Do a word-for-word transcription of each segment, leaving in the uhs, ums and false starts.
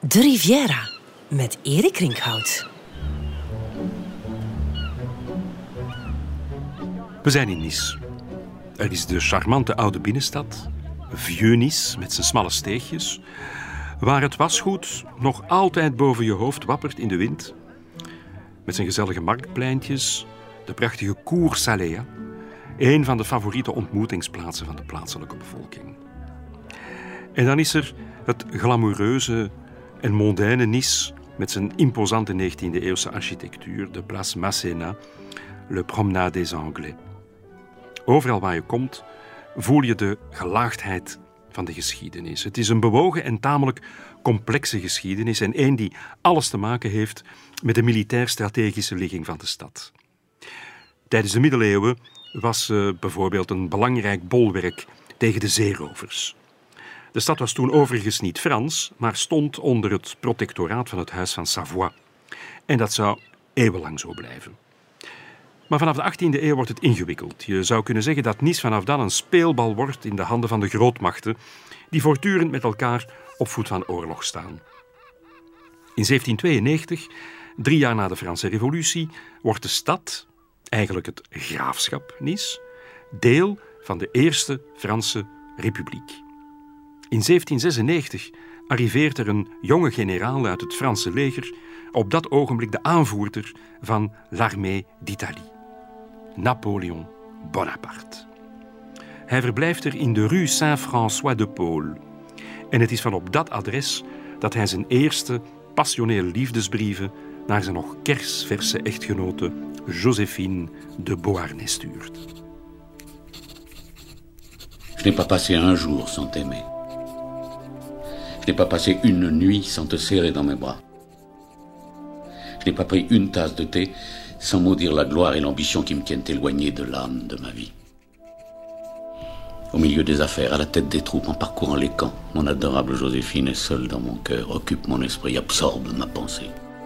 De Riviera met Erik Rinkhout. We zijn in Nice. Er is de charmante oude binnenstad, Vieux Nice met zijn smalle steegjes, waar het wasgoed nog altijd boven je hoofd wappert in de wind, met zijn gezellige marktpleintjes, de prachtige Cours Salée, een van de favoriete ontmoetingsplaatsen van de plaatselijke bevolking. En dan is er het glamoureuze en mondaine Nice met zijn imposante negentiende-eeuwse architectuur, de Place Masséna, le Promenade des Anglais. Overal waar je komt, voel je de gelaagdheid van de geschiedenis. Het is een bewogen en tamelijk complexe geschiedenis en één die alles te maken heeft met de militair-strategische ligging van de stad. Tijdens de middeleeuwen was ze bijvoorbeeld een belangrijk bolwerk tegen de zeerovers. De stad was toen overigens niet Frans, maar stond onder het protectoraat van het Huis van Savoie. En dat zou eeuwenlang zo blijven. Maar vanaf de achttiende eeuw wordt het ingewikkeld. Je zou kunnen zeggen dat Nice vanaf dan een speelbal wordt in de handen van de grootmachten, die voortdurend met elkaar op voet van oorlog staan. In zeventienhonderdtweeënnegentig, drie jaar na de Franse Revolutie, wordt de stad, eigenlijk het graafschap Nice, deel van de Eerste Franse Republiek. In zeventienhonderdzesennegentig arriveert er een jonge generaal uit het Franse leger, op dat ogenblik de aanvoerder van l'Armée d'Italie, Napoleon Bonaparte. Hij verblijft er in de rue Saint-François de Paul. En het is van op dat adres dat hij zijn eerste passionele liefdesbrieven naar zijn nog kersverse echtgenote Joséphine de Beauharnais stuurt. Je n'ai pas passé un jour sans t'aimer. Je n'ai pas passé une nuit sans te serrer dans mes bras. Je n'ai pas pris une tasse de thé sans maudire la gloire et l'ambition qui me tiennent éloigné de l'âme de ma vie. Au milieu des affaires, à la tête des troupes, en parcourant les camps, mon adorable Joséphine est seule dans mon cœur, occupe mon esprit, absorbe ma pensée.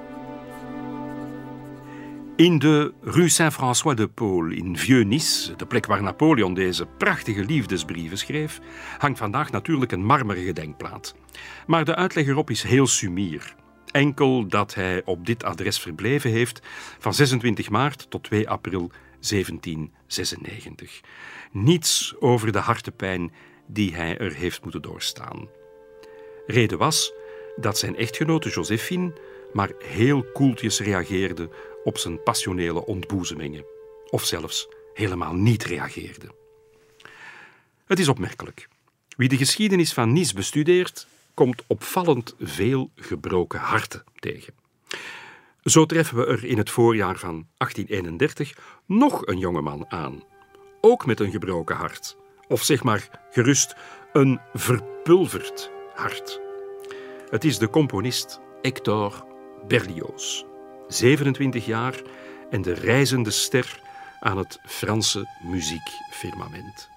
In de rue Saint-François de Paul in Vieux Nice, de plek waar Napoleon deze prachtige liefdesbrieven schreef, hangt vandaag natuurlijk een marmeren gedenkplaat. Maar de uitleg erop is heel sumier. Enkel dat hij op dit adres verbleven heeft van zesentwintig maart tot twee april zeventienhonderdzesennegentig. Niets over de hartepijn die hij er heeft moeten doorstaan. Reden was dat zijn echtgenote Joséphine maar heel koeltjes reageerde op zijn passionele ontboezemingen, of zelfs helemaal niet reageerde. Het is opmerkelijk. Wie de geschiedenis van Nice bestudeert, komt opvallend veel gebroken harten tegen. Zo treffen we er in het voorjaar van achttien eenendertig nog een jongeman aan, ook met een gebroken hart, of zeg maar gerust een verpulverd hart. Het is de componist Hector Berlioz, zevenentwintig jaar en de reizende ster aan het Franse muziekfirmament.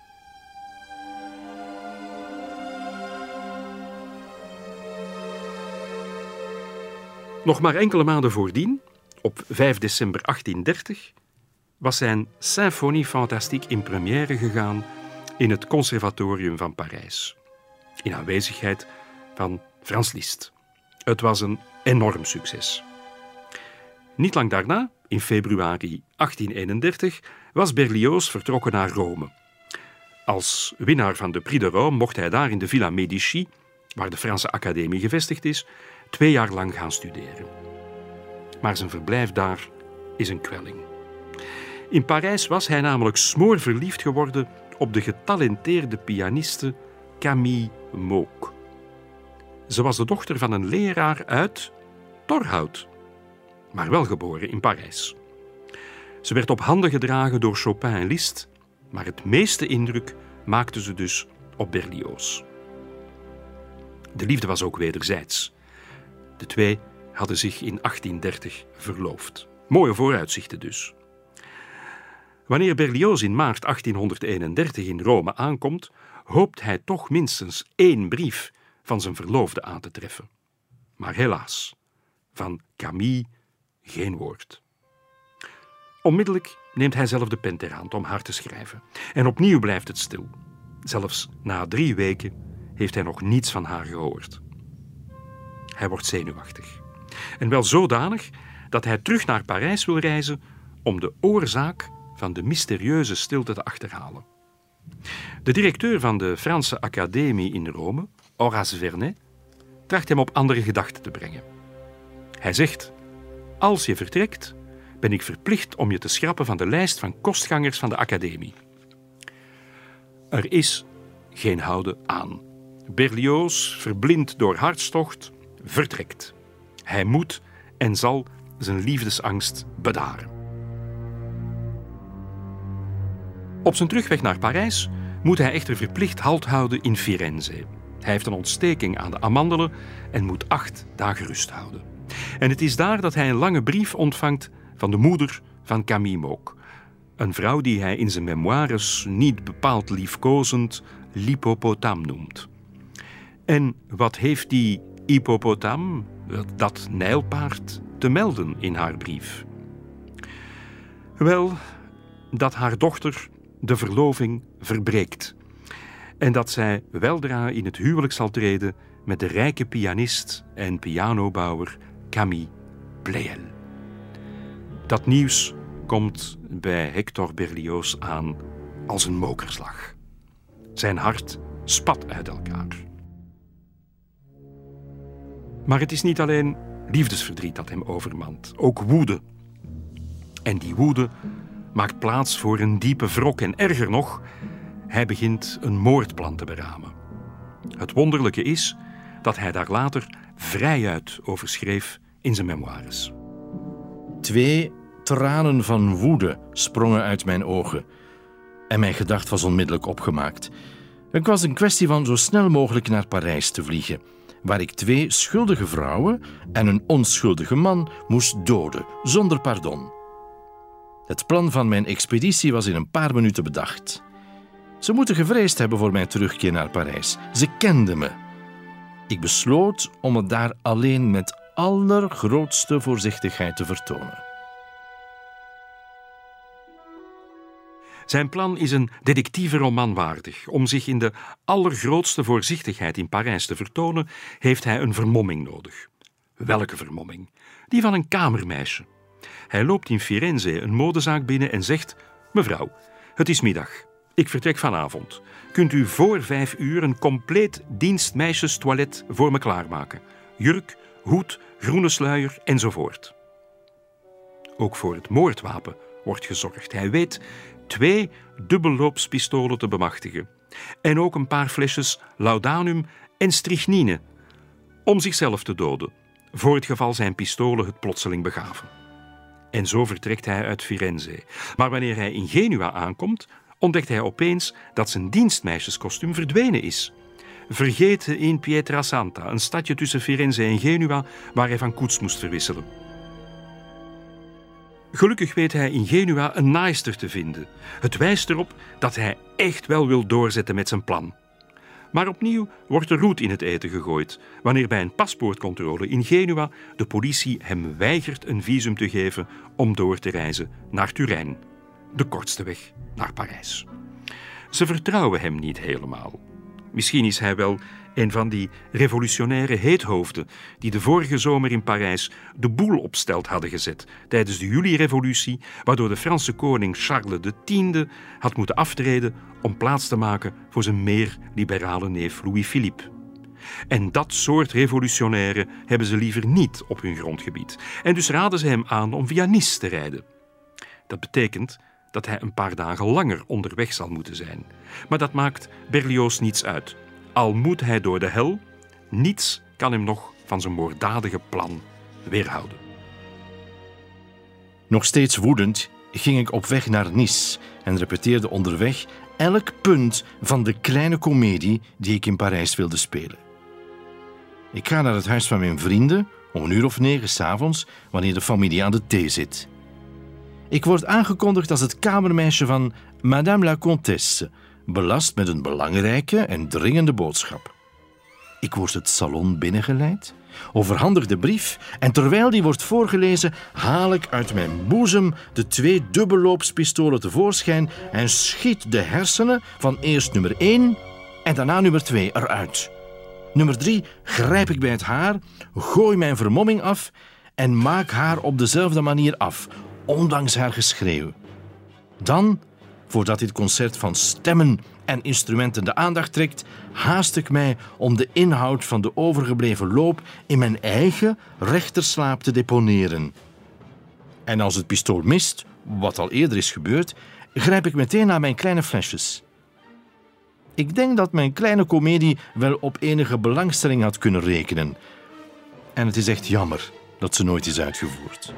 Nog maar enkele maanden voordien, op vijf december achttienhonderddertig, was zijn Symphonie Fantastique in première gegaan in het Conservatorium van Parijs, in aanwezigheid van Franz Liszt. Het was een enorm succes. Niet lang daarna, in februari achttien eenendertig, was Berlioz vertrokken naar Rome. Als winnaar van de Prix de Rome mocht hij daar in de Villa Medici, waar de Franse Academie gevestigd is, twee jaar lang gaan studeren. Maar zijn verblijf daar is een kwelling. In Parijs was hij namelijk smoorverliefd geworden op de getalenteerde pianiste Camille Mook. Ze was de dochter van een leraar uit Torhout, maar wel geboren in Parijs. Ze werd op handen gedragen door Chopin en Liszt, maar het meeste indruk maakte ze dus op Berlioz. De liefde was ook wederzijds. De twee hadden zich in achttiendertig verloofd. Mooie vooruitzichten dus. Wanneer Berlioz in maart achttienhonderdeenendertig in Rome aankomt, hoopt hij toch minstens één brief van zijn verloofde aan te treffen. Maar helaas, van Camille geen woord. Onmiddellijk neemt hij zelf de pen ter hand om haar te schrijven. En opnieuw blijft het stil. Zelfs na drie weken heeft hij nog niets van haar gehoord. Hij wordt zenuwachtig. En wel zodanig dat hij terug naar Parijs wil reizen om de oorzaak van de mysterieuze stilte te achterhalen. De directeur van de Franse Academie in Rome, Horace Vernet, tracht hem op andere gedachten te brengen. Hij zegt: als je vertrekt, ben ik verplicht om je te schrappen van de lijst van kostgangers van de academie. Er is geen houden aan. Berlioz, verblind door hartstocht, vertrekt. Hij moet en zal zijn liefdesangst bedaren. Op zijn terugweg naar Parijs moet hij echter verplicht halt houden in Firenze. Hij heeft een ontsteking aan de amandelen en moet acht dagen rust houden. En het is daar dat hij een lange brief ontvangt van de moeder van Camille Mook. Een vrouw die hij in zijn memoires niet bepaald liefkozend l'hippopotame noemt. En wat heeft die hippopotame, dat nijlpaard, te melden in haar brief? Wel, dat haar dochter de verloving verbreekt en dat zij weldra in het huwelijk zal treden met de rijke pianist en pianobouwer Camille Pleyel. Dat nieuws komt bij Hector Berlioz aan als een mokerslag. Zijn hart spat uit elkaar. Maar het is niet alleen liefdesverdriet dat hem overmand, ook woede. En die woede maakt plaats voor een diepe wrok en erger nog, hij begint een moordplan te beramen. Het wonderlijke is dat hij daar later vrijuit over schreef in zijn memoires. Twee tranen van woede sprongen uit mijn ogen en mijn gedacht was onmiddellijk opgemaakt. Het was een kwestie van zo snel mogelijk naar Parijs te vliegen, waar ik twee schuldige vrouwen en een onschuldige man moest doden, zonder pardon. Het plan van mijn expeditie was in een paar minuten bedacht. Ze moeten gevreesd hebben voor mijn terugkeer naar Parijs. Ze kenden me. Ik besloot om het daar alleen met allergrootste voorzichtigheid te vertonen. Zijn plan is een detectiveroman waardig. Om zich in de allergrootste voorzichtigheid in Parijs te vertonen, heeft hij een vermomming nodig. Welke vermomming? Die van een kamermeisje. Hij loopt in Firenze een modezaak binnen en zegt: mevrouw, het is middag. Ik vertrek vanavond. Kunt u voor vijf uur een compleet dienstmeisjestoilet voor me klaarmaken? Jurk, hoed, groene sluier enzovoort. Ook voor het moordwapen wordt gezorgd. Hij weet twee dubbelloops-pistolen te bemachtigen. En ook een paar flesjes laudanum en strychnine om zichzelf te doden, voor het geval zijn pistolen het plotseling begaven. En zo vertrekt hij uit Firenze. Maar wanneer hij in Genua aankomt, ontdekt hij opeens dat zijn dienstmeisjeskostuum verdwenen is. Vergeten in Pietrasanta, een stadje tussen Firenze en Genua, waar hij van koets moest verwisselen. Gelukkig weet hij in Genua een naaister te vinden. Het wijst erop dat hij echt wel wil doorzetten met zijn plan. Maar opnieuw wordt de roet in het eten gegooid, wanneer bij een paspoortcontrole in Genua de politie hem weigert een visum te geven om door te reizen naar Turijn, de kortste weg naar Parijs. Ze vertrouwen hem niet helemaal. Misschien is hij wel een van die revolutionaire heethoofden die de vorige zomer in Parijs de boel op stelt hadden gezet tijdens de juli-revolutie, waardoor de Franse koning Charles de Tiende had moeten aftreden om plaats te maken voor zijn meer liberale neef Louis-Philippe. En dat soort revolutionairen hebben ze liever niet op hun grondgebied. En dus raden ze hem aan om via Nice te rijden. Dat betekent dat hij een paar dagen langer onderweg zal moeten zijn. Maar dat maakt Berlioz niets uit. Al moet hij door de hel, niets kan hem nog van zijn moorddadige plan weerhouden. Nog steeds woedend ging ik op weg naar Nice en repeteerde onderweg elk punt van de kleine komedie die ik in Parijs wilde spelen. Ik ga naar het huis van mijn vrienden om een uur of negen 's avonds, wanneer de familie aan de thee zit. Ik word aangekondigd als het kamermeisje van Madame la Comtesse, belast met een belangrijke en dringende boodschap. Ik word het salon binnengeleid, overhandig de brief en terwijl die wordt voorgelezen, haal ik uit mijn boezem de twee dubbelloopspistolen tevoorschijn en schiet de hersenen van eerst nummer één en daarna nummer twee eruit. Nummer drie, grijp ik bij het haar, gooi mijn vermomming af en maak haar op dezelfde manier af, ondanks haar geschreeuw. Dan, voordat dit concert van stemmen en instrumenten de aandacht trekt, haast ik mij om de inhoud van de overgebleven loop in mijn eigen rechterslaap te deponeren. En als het pistool mist, wat al eerder is gebeurd, grijp ik meteen naar mijn kleine flesjes. Ik denk dat mijn kleine komedie wel op enige belangstelling had kunnen rekenen. En het is echt jammer dat ze nooit is uitgevoerd.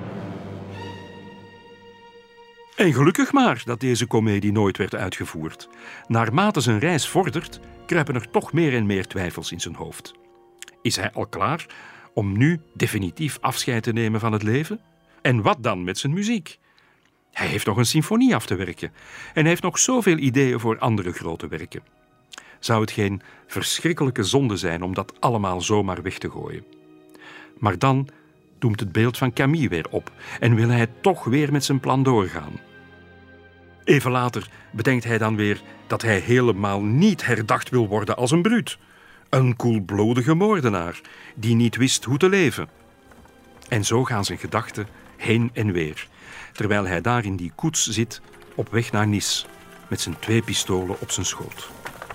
En gelukkig maar dat deze komedie nooit werd uitgevoerd. Naarmate zijn reis vordert, kruipen er toch meer en meer twijfels in zijn hoofd. Is hij al klaar om nu definitief afscheid te nemen van het leven? En wat dan met zijn muziek? Hij heeft nog een symfonie af te werken en hij heeft nog zoveel ideeën voor andere grote werken. Zou het geen verschrikkelijke zonde zijn om dat allemaal zomaar weg te gooien? Maar dan doemt het beeld van Camille weer op en wil hij toch weer met zijn plan doorgaan. Even later bedenkt hij dan weer dat hij helemaal niet herdacht wil worden als een bruut. Een koelbloedige moordenaar die niet wist hoe te leven. En zo gaan zijn gedachten heen en weer, terwijl hij daar in die koets zit op weg naar Nice met zijn twee pistolen op zijn schoot.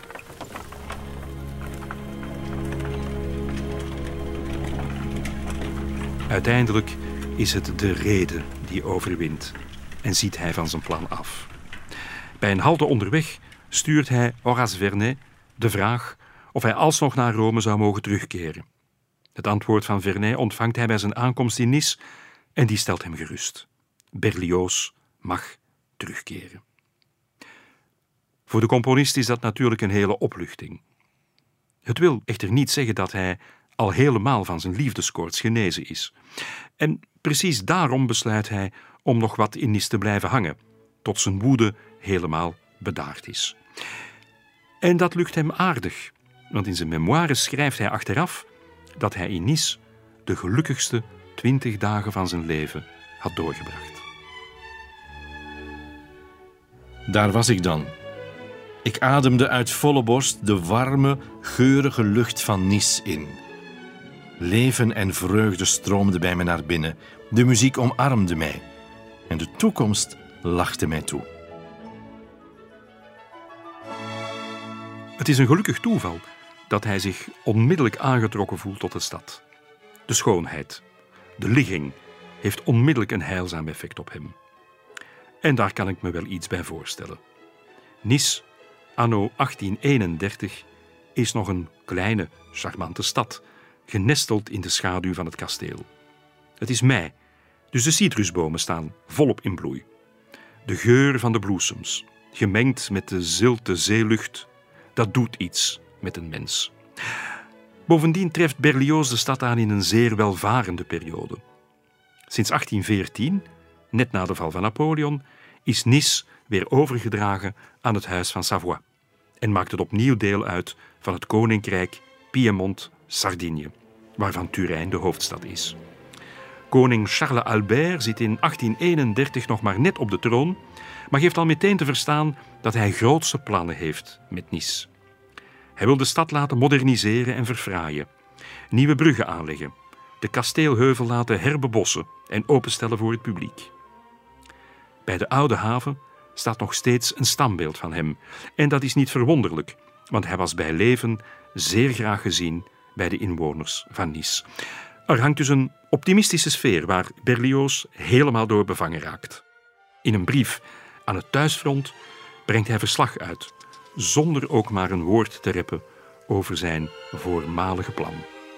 Uiteindelijk is het de rede die overwint en ziet hij van zijn plan af. Bij een halte onderweg stuurt hij Horace Vernet de vraag of hij alsnog naar Rome zou mogen terugkeren. Het antwoord van Vernet ontvangt hij bij zijn aankomst in Nice en die stelt hem gerust. Berlioz mag terugkeren. Voor de componist is dat natuurlijk een hele opluchting. Het wil echter niet zeggen dat hij al helemaal van zijn liefdeskoorts genezen is. En precies daarom besluit hij om nog wat in Nice te blijven hangen, tot zijn woede helemaal bedaard is. En dat lukt hem aardig, want in zijn memoires schrijft hij achteraf dat hij in Nice de gelukkigste twintig dagen van zijn leven had doorgebracht. Daar was ik dan. Ik ademde uit volle borst de warme, geurige lucht van Nice in. Leven en vreugde stroomden bij me naar binnen. De muziek omarmde mij. En de toekomst lachte mij toe. Het is een gelukkig toeval dat hij zich onmiddellijk aangetrokken voelt tot de stad. De schoonheid, de ligging, heeft onmiddellijk een heilzaam effect op hem. En daar kan ik me wel iets bij voorstellen. Nice, anno achttien eenendertig, is nog een kleine, charmante stad, genesteld in de schaduw van het kasteel. Het is mei, dus de citrusbomen staan volop in bloei. De geur van de bloesems, gemengd met de zilte zeelucht, dat doet iets met een mens. Bovendien treft Berlioz de stad aan in een zeer welvarende periode. Sinds achttien veertien, net na de val van Napoleon, is Nice weer overgedragen aan het Huis van Savoie en maakt het opnieuw deel uit van het koninkrijk Piemont-Sardinië, waarvan Turijn de hoofdstad is. Koning Charles Albert zit in achttien eenendertig nog maar net op de troon, maar geeft al meteen te verstaan dat hij grootse plannen heeft met Nice. Hij wil de stad laten moderniseren en verfraaien, nieuwe bruggen aanleggen, de kasteelheuvel laten herbebossen en openstellen voor het publiek. Bij de oude haven staat nog steeds een standbeeld van hem. En dat is niet verwonderlijk, want hij was bij leven zeer graag gezien bij de inwoners van Nice. Er hangt dus een optimistische sfeer waar Berlioz helemaal door bevangen raakt. In een brief aan het thuisfront brengt hij verslag uit, zonder ook maar een woord te reppen over zijn voormalige plan.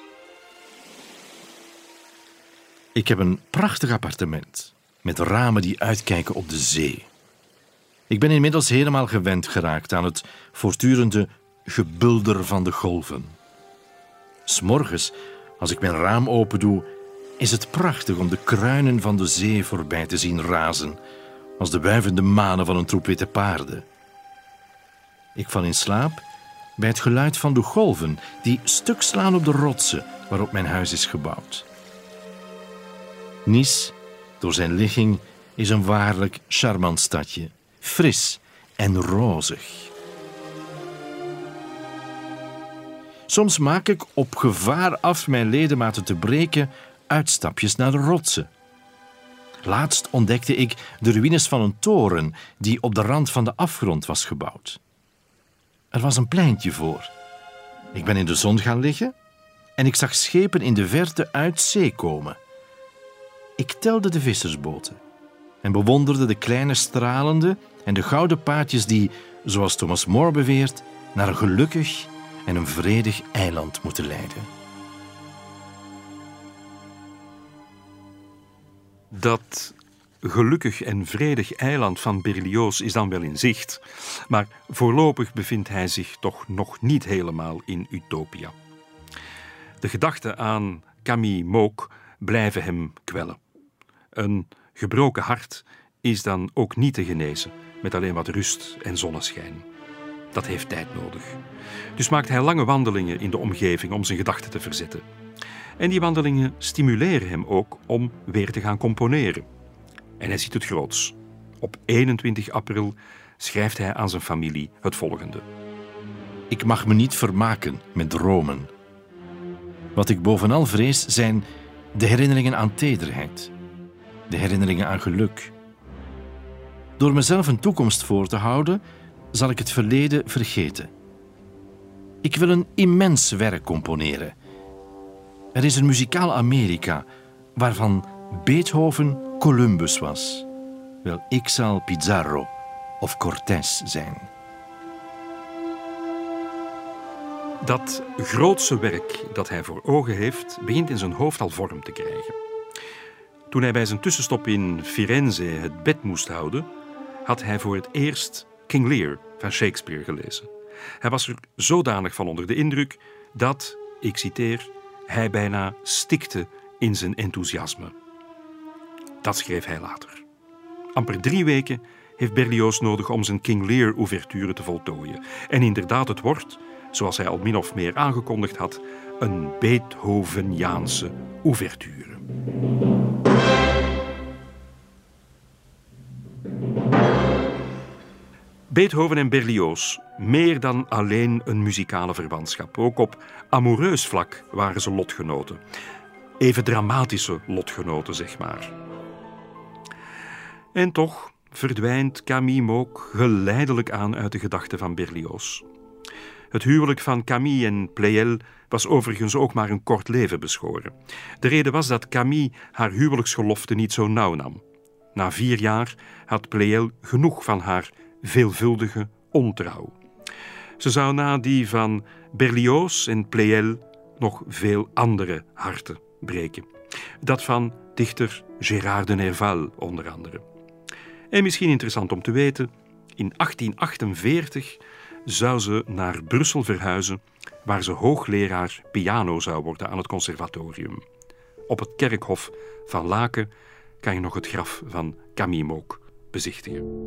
Ik heb een prachtig appartement met ramen die uitkijken op de zee. Ik ben inmiddels helemaal gewend geraakt aan het voortdurende gebulder van de golven. 'S Morgens, als ik mijn raam opendoe, is het prachtig om de kruinen van de zee voorbij te zien razen, als de wuivende manen van een troep witte paarden. Ik val in slaap bij het geluid van de golven die stuk slaan op de rotsen waarop mijn huis is gebouwd. Nice, door zijn ligging, is een waarlijk charmant stadje, fris en rozig. Soms maak ik, op gevaar af mijn ledematen te breken, uitstapjes naar de rotsen. Laatst ontdekte ik de ruïnes van een toren die op de rand van de afgrond was gebouwd. Er was een pleintje voor. Ik ben in de zon gaan liggen en ik zag schepen in de verte uit zee komen. Ik telde de vissersboten en bewonderde de kleine stralende en de gouden paadjes die, zoals Thomas More beweert, naar een gelukkig en een vredig eiland moeten leiden. Dat gelukkig en vredig eiland van Berlioz is dan wel in zicht, maar voorlopig bevindt hij zich toch nog niet helemaal in Utopia. De gedachten aan Camille Mook blijven hem kwellen. Een gebroken hart is dan ook niet te genezen met alleen wat rust en zonneschijn. Dat heeft tijd nodig. Dus maakt hij lange wandelingen in de omgeving om zijn gedachten te verzetten. En die wandelingen stimuleren hem ook om weer te gaan componeren. En hij ziet het groots. Op eenentwintig april schrijft hij aan zijn familie het volgende. Ik mag me niet vermaken met dromen. Wat ik bovenal vrees zijn de herinneringen aan tederheid. De herinneringen aan geluk. Door mezelf een toekomst voor te houden, zal ik het verleden vergeten. Ik wil een immens werk componeren. Er is een muzikaal Amerika, waarvan Beethoven Columbus was. Wel, ik zal Pizarro of Cortés zijn. Dat grootse werk dat hij voor ogen heeft, begint in zijn hoofd al vorm te krijgen. Toen hij bij zijn tussenstop in Firenze het bed moest houden, had hij voor het eerst King Lear van Shakespeare gelezen. Hij was er zodanig van onder de indruk dat, ik citeer, hij bijna stikte in zijn enthousiasme. Dat schreef hij later. Amper drie weken heeft Berlioz nodig om zijn King Lear-ouverture te voltooien. En inderdaad, het wordt, zoals hij al min of meer aangekondigd had, een Beethoveniaanse ouverture. Beethoven en Berlioz, meer dan alleen een muzikale verwantschap. Ook op amoureus vlak waren ze lotgenoten. Even dramatische lotgenoten, zeg maar. En toch verdwijnt Camille Mook geleidelijk aan uit de gedachten van Berlioz. Het huwelijk van Camille en Pleyel was overigens ook maar een kort leven beschoren. De reden was dat Camille haar huwelijksgelofte niet zo nauw nam. Na vier jaar had Pleyel genoeg van haar veelvuldige ontrouw. Ze zou na die van Berlioz en Pleyel nog veel andere harten breken. Dat van dichter Gérard de Nerval onder andere. En misschien interessant om te weten, in achttien achtenveertig zou ze naar Brussel verhuizen, waar ze hoogleraar piano zou worden aan het conservatorium. Op het kerkhof van Laken kan je nog het graf van Camille Mook bezichtigen.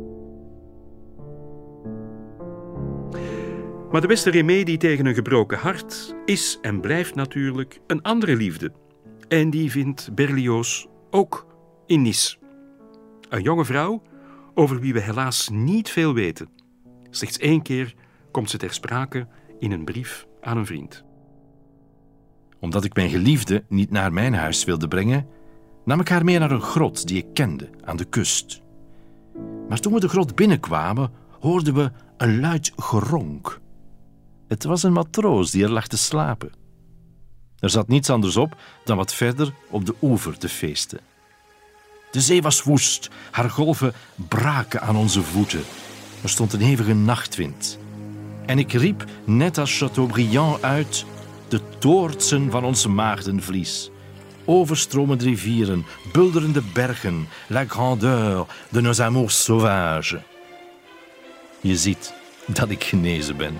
Maar de beste remedie tegen een gebroken hart is en blijft natuurlijk een andere liefde. En die vindt Berlioz ook in Nice. Een jonge vrouw over wie we helaas niet veel weten. Slechts één keer komt ze ter sprake in een brief aan een vriend. Omdat ik mijn geliefde niet naar mijn huis wilde brengen, nam ik haar mee naar een grot die ik kende aan de kust. Maar toen we de grot binnenkwamen, hoorden we een luid geronk. Het was een matroos die er lag te slapen. Er zat niets anders op dan wat verder op de oever te feesten. De zee was woest, haar golven braken aan onze voeten. Er stond een hevige nachtwind. En ik riep, net als Chateaubriand uit, de toortsen van ons maagdenvlies. Overstromende rivieren, bulderende bergen, la grandeur de nos amours sauvages. Je ziet dat ik genezen ben.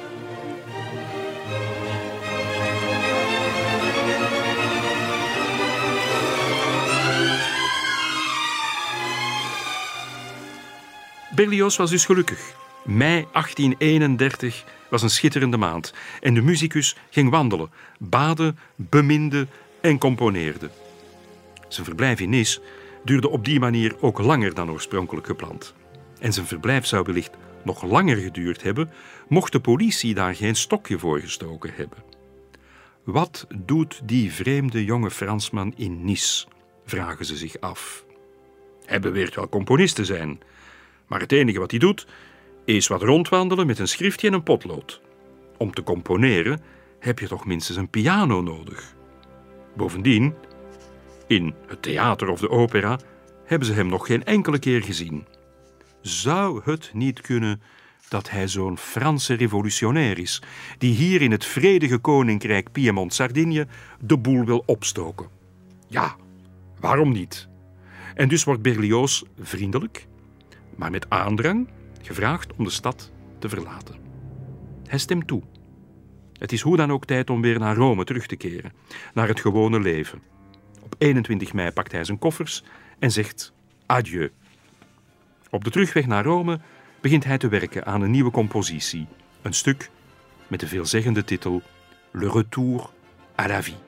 Berlioz was dus gelukkig. Mei achttien eenendertig was een schitterende maand en de musicus ging wandelen, baden, beminde en componeerde. Zijn verblijf in Nice duurde op die manier ook langer dan oorspronkelijk gepland. En zijn verblijf zou wellicht nog langer geduurd hebben, mocht de politie daar geen stokje voor gestoken hebben. Wat doet die vreemde jonge Fransman in Nice, vragen ze zich af. Hij beweert wel componist te zijn, maar het enige wat hij doet is wat rondwandelen met een schriftje en een potlood. Om te componeren heb je toch minstens een piano nodig. Bovendien, in het theater of de opera hebben ze hem nog geen enkele keer gezien. Zou het niet kunnen dat hij zo'n Franse revolutionair is, die hier in het vredige koninkrijk Piemont-Sardinië de boel wil opstoken? Ja, waarom niet? En dus wordt Berlioz vriendelijk, maar met aandrang gevraagd om de stad te verlaten. Hij stemt toe. Het is hoe dan ook tijd om weer naar Rome terug te keren, naar het gewone leven. Op eenentwintig mei pakt hij zijn koffers en zegt adieu. Op de terugweg naar Rome begint hij te werken aan een nieuwe compositie. Een stuk met de veelzeggende titel Le Retour à la vie.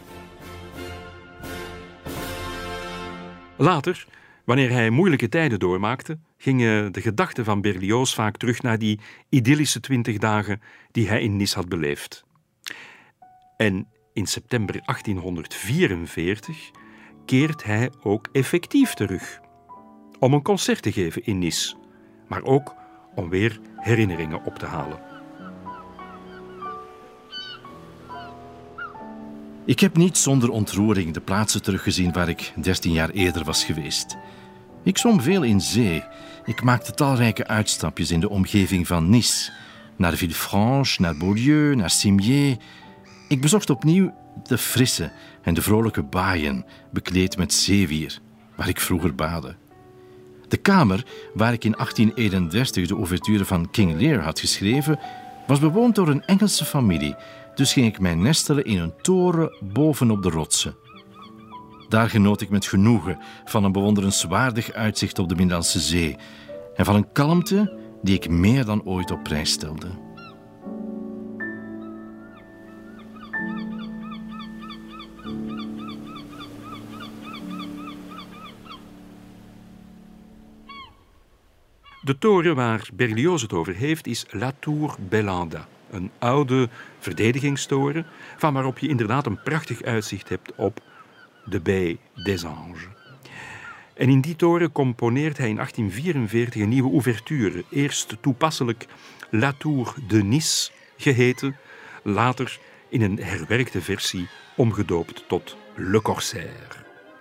Later, wanneer hij moeilijke tijden doormaakte, gingen de gedachten van Berlioz vaak terug naar die idyllische twintig dagen die hij in Nice had beleefd. En in september achttienhonderdvierenveertig keert hij ook effectief terug. Om een concert te geven in Nice, maar ook om weer herinneringen op te halen. Ik heb niet zonder ontroering de plaatsen teruggezien waar ik dertien jaar eerder was geweest. Ik zwom veel in zee. Ik maakte talrijke uitstapjes in de omgeving van Nice. Naar Villefranche, naar Beaulieu, naar Cimiez. Ik bezocht opnieuw de frisse en de vrolijke baaien, bekleed met zeewier, waar ik vroeger baadde. De kamer waar ik in achttien eenendertig de ouverture van King Lear had geschreven, was bewoond door een Engelse familie, dus ging ik mij nestelen in een toren bovenop de rotsen. Daar genoot ik met genoegen van een bewonderenswaardig uitzicht op de Middellandse Zee en van een kalmte die ik meer dan ooit op prijs stelde. De toren waar Berlioz het over heeft is La Tour Belanda, een oude verdedigingstoren van waarop je inderdaad een prachtig uitzicht hebt op de Baie des Anges. En in die toren componeert hij in achttien vierenveertig een nieuwe ouverture, eerst toepasselijk La Tour de Nice geheten, later in een herwerkte versie omgedoopt tot Le Corsaire.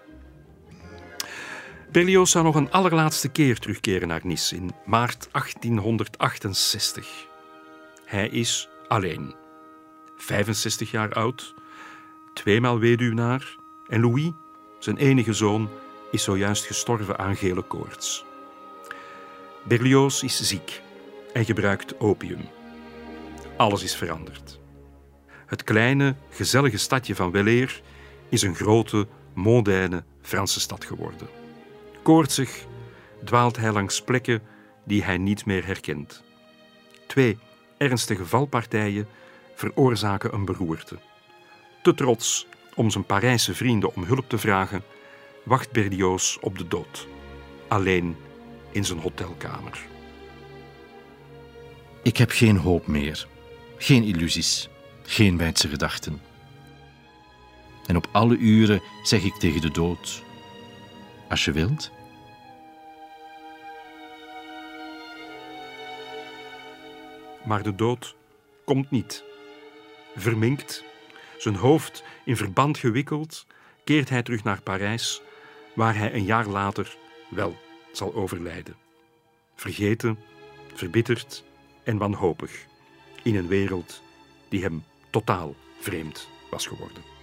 Berlioz zou nog een allerlaatste keer terugkeren naar Nice in maart achttienhonderdachtenzestig. Hij is alleen, vijfenzestig jaar oud, tweemaal weduwnaar en Louis, zijn enige zoon, is zojuist gestorven aan gele koorts. Berlioz is ziek en gebruikt opium. Alles is veranderd. Het kleine, gezellige stadje van Weleer is een grote, mondaine Franse stad geworden. Koortsig dwaalt hij langs plekken die hij niet meer herkent. Twee ernstige valpartijen veroorzaken een beroerte. Te trots om zijn Parijse vrienden om hulp te vragen, wacht Berlioz op de dood, alleen in zijn hotelkamer. Ik heb geen hoop meer, geen illusies, geen weidse gedachten. En op alle uren zeg ik tegen de dood: als je wilt. Maar de dood komt niet. Verminkt, zijn hoofd in verband gewikkeld, keert hij terug naar Parijs, waar hij een jaar later wel zal overlijden. Vergeten, verbitterd en wanhopig, in een wereld die hem totaal vreemd was geworden.